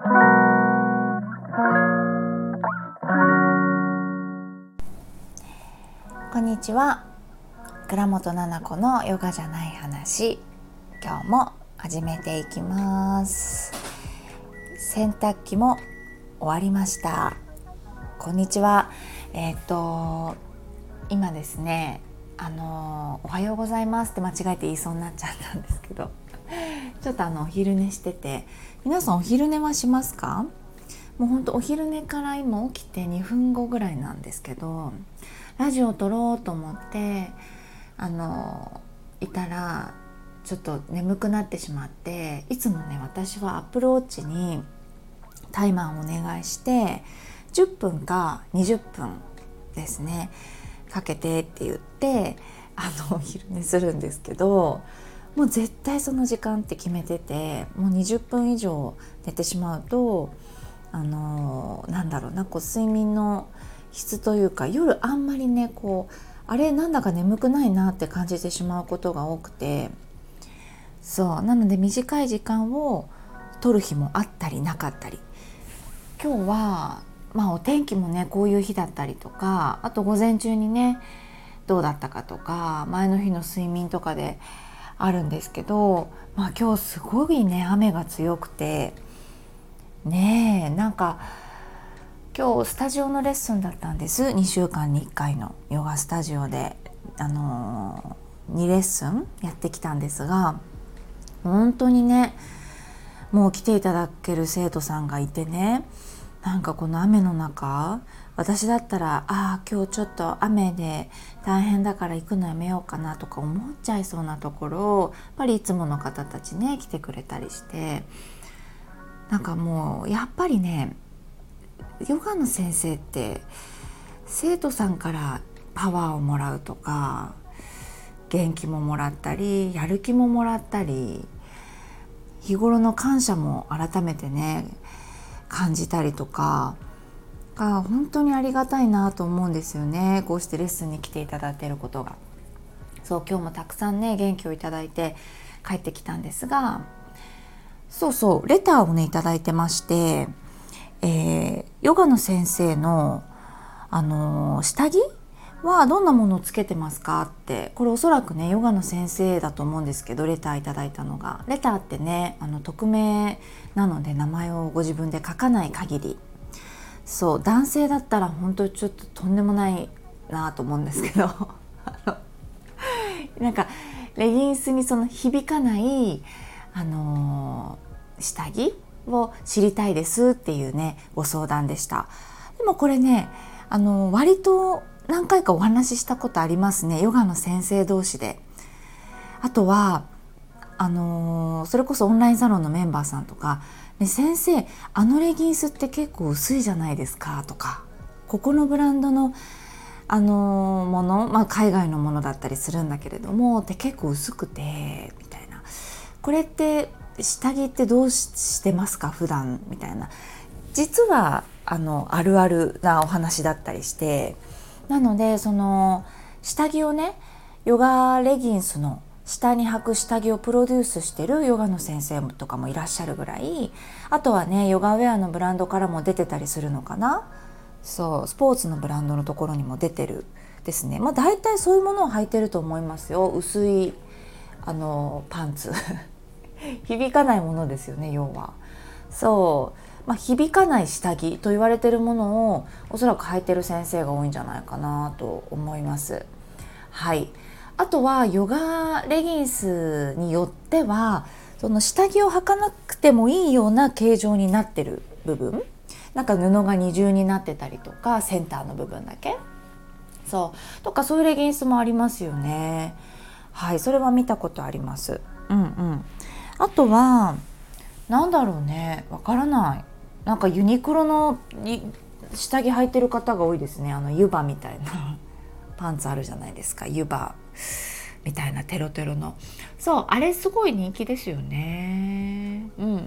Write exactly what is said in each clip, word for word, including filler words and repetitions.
こんにちは。倉本々子のヨガじゃない話、今日も始めていきます。洗濯機も終わりました。こんにちは。えっと今ですね、あのおはようございますって間違えて言いそうになっちゃったんですけど、ちょっとあのお昼寝してて、皆さんお昼寝はしますか？もうほんとお昼寝から今起きてにふんごぐらいなんですけど、ラジオを撮ろうと思ってあのいたらちょっと眠くなってしまって、いつもね私はアップルウォッチにタイマーをお願いしてじゅっぷんかにじゅっぷんですねかけてって言ってあの昼寝するんですけど、もう絶対その時間って決めてて、もうにじゅっぷん以上寝てしまうとあのなんだろうなこう睡眠の質というか、夜あんまりねこうあれなんだか眠くないなって感じてしまうことが多くて、そうなので短い時間を取る日もあったりなかったり、今日はまあお天気もねこういう日だったりとか、あと午前中にねどうだったかとか、前の日の睡眠とかであるんですけど、まあ今日すごいね雨が強くてねえ、なんか今日スタジオのレッスンだったんです。にしゅうかんにいっかいのヨガスタジオで、あのー、にレッスンやってきたんですが、本当にねもう来ていただける生徒さんがいてね、なんかこの雨の中、私だったらああ今日ちょっと雨で大変だから行くのやめようかなとか思っちゃいそうなところを、やっぱりいつもの方たちね来てくれたりして、なんかもうやっぱりねヨガの先生って生徒さんからパワーをもらうとか、元気ももらったりやる気ももらったり、日頃の感謝も改めてね感じたりとかが本当にありがたいなと思うんですよね。こうしてレッスンに来ていただいていることが。そう今日もたくさんね元気をいただいて帰ってきたんですが、そうそうレターをねいただいてまして、えー、ヨガの先生の、あのー、下着はどんなものをつけてますかって、これおそらくねヨガの先生だと思うんですけど、レターいただいたのが、レターってねあの匿名なので名前をご自分で書かない限り、そう男性だったら本当ちょっととんでもないなと思うんですけどなんかレギンスにその響かないあのー、下着を知りたいですっていうねご相談でした。でもこれねあの割と何回かお話ししたことありますね、ヨガの先生同士で。あとはあのー、それこそオンラインサロンのメンバーさんとか、ね、先生あのレギンスって結構薄いじゃないですかとか、ここのブランドのあのー、もの、まあ、海外のものだったりするんだけれどもって結構薄くてみたいな、これって下着ってどうしてますか普段みたいな、実はあのあるあるなお話だったりして、なのでその下着をねヨガレギンスの下に履く下着をプロデュースしてるヨガの先生とかもいらっしゃるぐらい、あとはねヨガウェアのブランドからも出てたりするのかな、そうスポーツのブランドのところにも出てるですね。まあ大体そういうものを履いてると思いますよ。薄いあのパンツ響かないものですよね要は。そう、まあ、響かない下着と言われているものをおそらく履いてる先生が多いんじゃないかなと思います。はい。あとはヨガレギンスによってはその下着を履かなくてもいいような形状になってる部分、なんか布が二重になってたりとか、センターの部分だけそうとか、そういうレギンスもありますよね。はい、それは見たことあります。うんうん。あとはなんだろうね、わからない。なんかユニクロの下着履いてる方が多いですね。あの湯葉みたいなパンツあるじゃないですか、湯葉みたいなテロテロの。そうあれすごい人気ですよね。うんうんうん。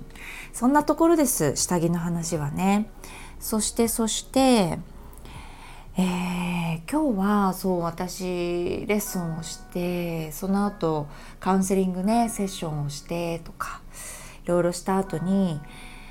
そんなところです、下着の話はね。そしてそしてえー、今日はそう私レッスンをして、その後カウンセリングねセッションをしてとかいろいろした後に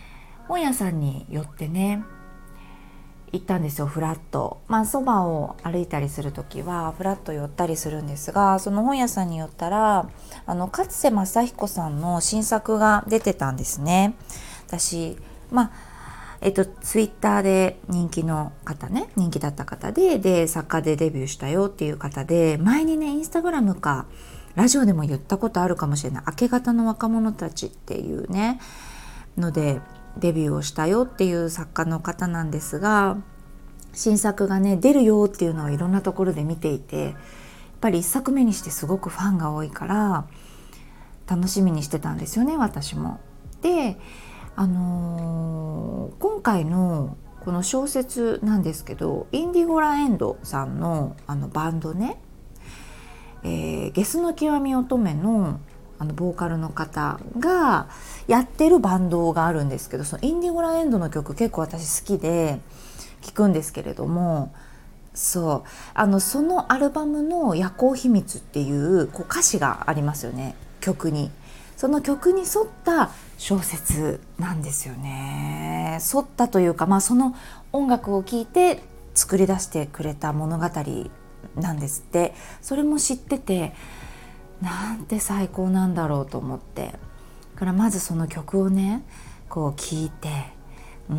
本屋さんに寄ってね行ったんですよ、フラッと。まあそばを歩いたりするときはフラッと寄ったりするんですが、その本屋さんに寄ったらあの勝瀬正彦さんの新作が出てたんですね。私まあえっとツイッターで人気の方ね、人気だった方でで作家でデビューしたよっていう方で、前にねインスタグラムかラジオでも言ったことあるかもしれない、明け方の若者たちっていうねのでデビューをしたよっていう作家の方なんですが、新作がね出るよっていうのをいろんなところで見ていて、やっぱり一作目にしてすごくファンが多いから楽しみにしてたんですよね、私も。で、あのー、今回のこの小説なんですけど、インディゴラエンドさんのあのバンドね、えー、ゲスの極み乙女のあのボーカルの方がやってるバンドがあるんですけど、そのインディゴラエンドの曲結構私好きで聴くんですけれども、そうあのそのアルバムの夜行秘密っていう、こう歌詞がありますよね、曲に。その曲に沿った小説なんですよね。沿ったというか、まあ、その音楽を聴いて作り出してくれた物語なんですって。それも知ってて、なんて最高なんだろうと思って、だからまずその曲をねこう聴いて、うん、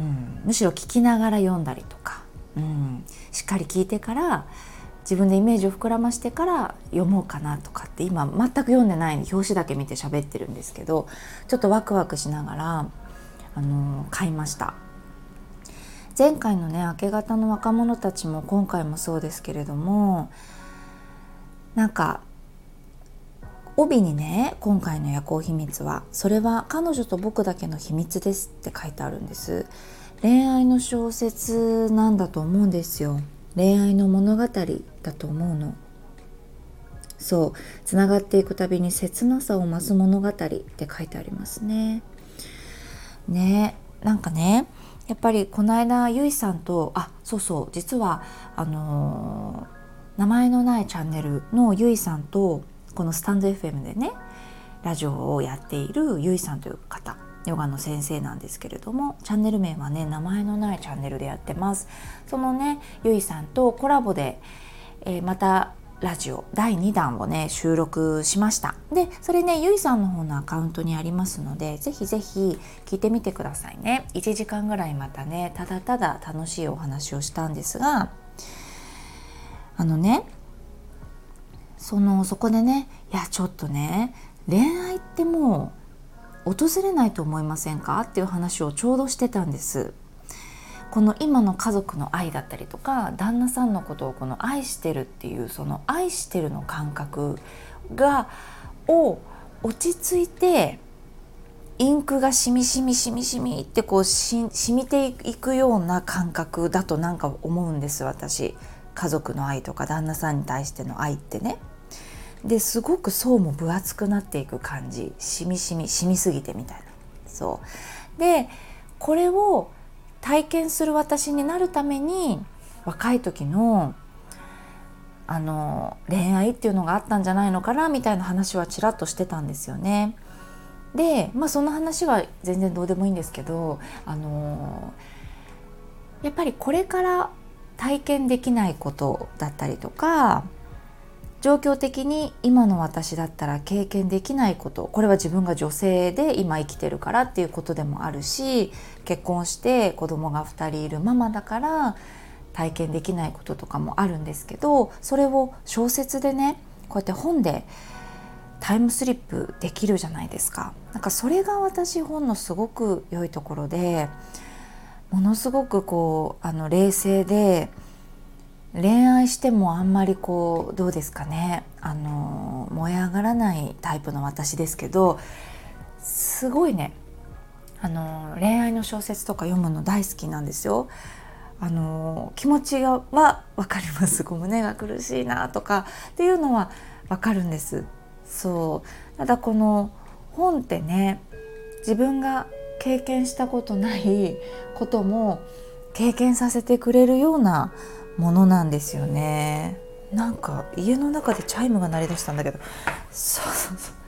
むしろ聴きながら読んだりとか、うん、しっかり聴いてから自分でイメージを膨らましてから読もうかなとかって、今全く読んでない表紙だけ見て喋ってるんですけど、ちょっとワクワクしながら、あのー、買いました。前回のね明け方の若者たちも今回もそうですけれども、なんか帯にね、今回の夜行秘密はそれは彼女と僕だけの秘密ですって書いてあるんです。恋愛の小説なんだと思うんですよ。恋愛の物語だと思うの。そう、つながっていくたびに切なさを増す物語って書いてありますね。ね、なんかね、やっぱりこの間ゆいさんと、あ、そうそう、実はあのー、名前のないチャンネルのゆいさんと、このスタンド エフエム でねラジオをやっているゆいさんという方、ヨガの先生なんですけれども、チャンネル名はね名前のないチャンネルでやってます。そのねゆいさんとコラボで、えー、またラジオだいにだんをね収録しました。でそれねゆいさんの方のアカウントにありますので、ぜひぜひ聞いてみてくださいね。いちじかんぐらいまたねただただ楽しいお話をしたんですが、あのねそのそこでね、いやちょっとね恋愛ってもう訪れないと思いませんかっていう話をちょうどしてたんです。この今の家族の愛だったりとか、旦那さんのことをこの愛してるっていう、その愛してるの感覚がを落ち着いて、インクがしみしみしみしみってこうし染みていくような感覚だとなんか思うんです、私。家族の愛とか旦那さんに対しての愛ってね。ですごく層も分厚くなっていく感じ、しみしみしみすぎてみたいな。そうで、これを体験する私になるために若い時のあの恋愛っていうのがあったんじゃないのかなみたいな話はちらっとしてたんですよね。で、まあその話は全然どうでもいいんですけど、あのやっぱりこれから体験できないことだったりとか、状況的に今の私だったら経験できないこと、これは自分が女性で今生きてるからっていうことでもあるし、結婚して子供がふたりいるママだから体験できないこととかもあるんですけど、それを小説でねこうやって本でタイムスリップできるじゃないですか。なんかそれが私本のすごく良いところで、ものすごくこうあの冷静で、恋愛してもあんまりこうどうですかね、あの燃え上がらないタイプの私ですけど、すごいねあの恋愛の小説とか読むの大好きなんですよ。あの気持ちがは分かります。こう胸が苦しいなとかっていうのは分かるんです。そうただこの本ってね、自分が経験したことないことも経験させてくれるようなものなんですよね。なんか家の中でチャイムが鳴り出したんだけど、そうそうそう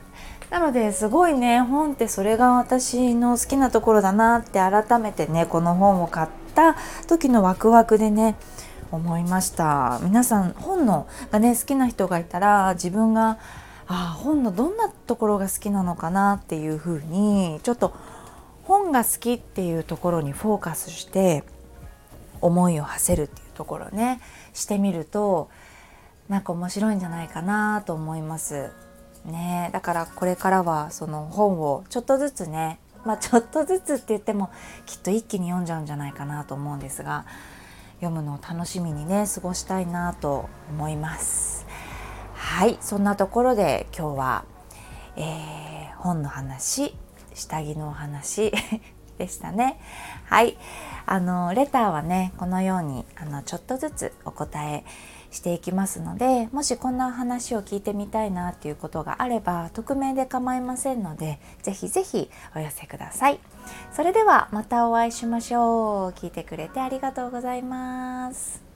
なのですごいね、本ってそれが私の好きなところだなって改めてね、この本を買った時のワクワクでね思いました。皆さん本のがね好きな人がいたら、自分があ本のどんなところが好きなのかなっていう風に、ちょっと本が好きっていうところにフォーカスして思いを馳せるっていうところをねしてみると、なんか面白いんじゃないかなと思いますね。だからこれからはその本をちょっとずつね、まあちょっとずつって言ってもきっと一気に読んじゃうんじゃないかなと思うんですが、読むのを楽しみにね過ごしたいなと思います。はい、そんなところで今日は、えー、本の話、下着のお話でしたね。はい、あのレターはねこのようにあのちょっとずつお答えしていきますので、もしこんな話を聞いてみたいなっていうことがあれば匿名で構いませんので、ぜひぜひお寄せください。それではまたお会いしましょう。聞いてくれてありがとうございます。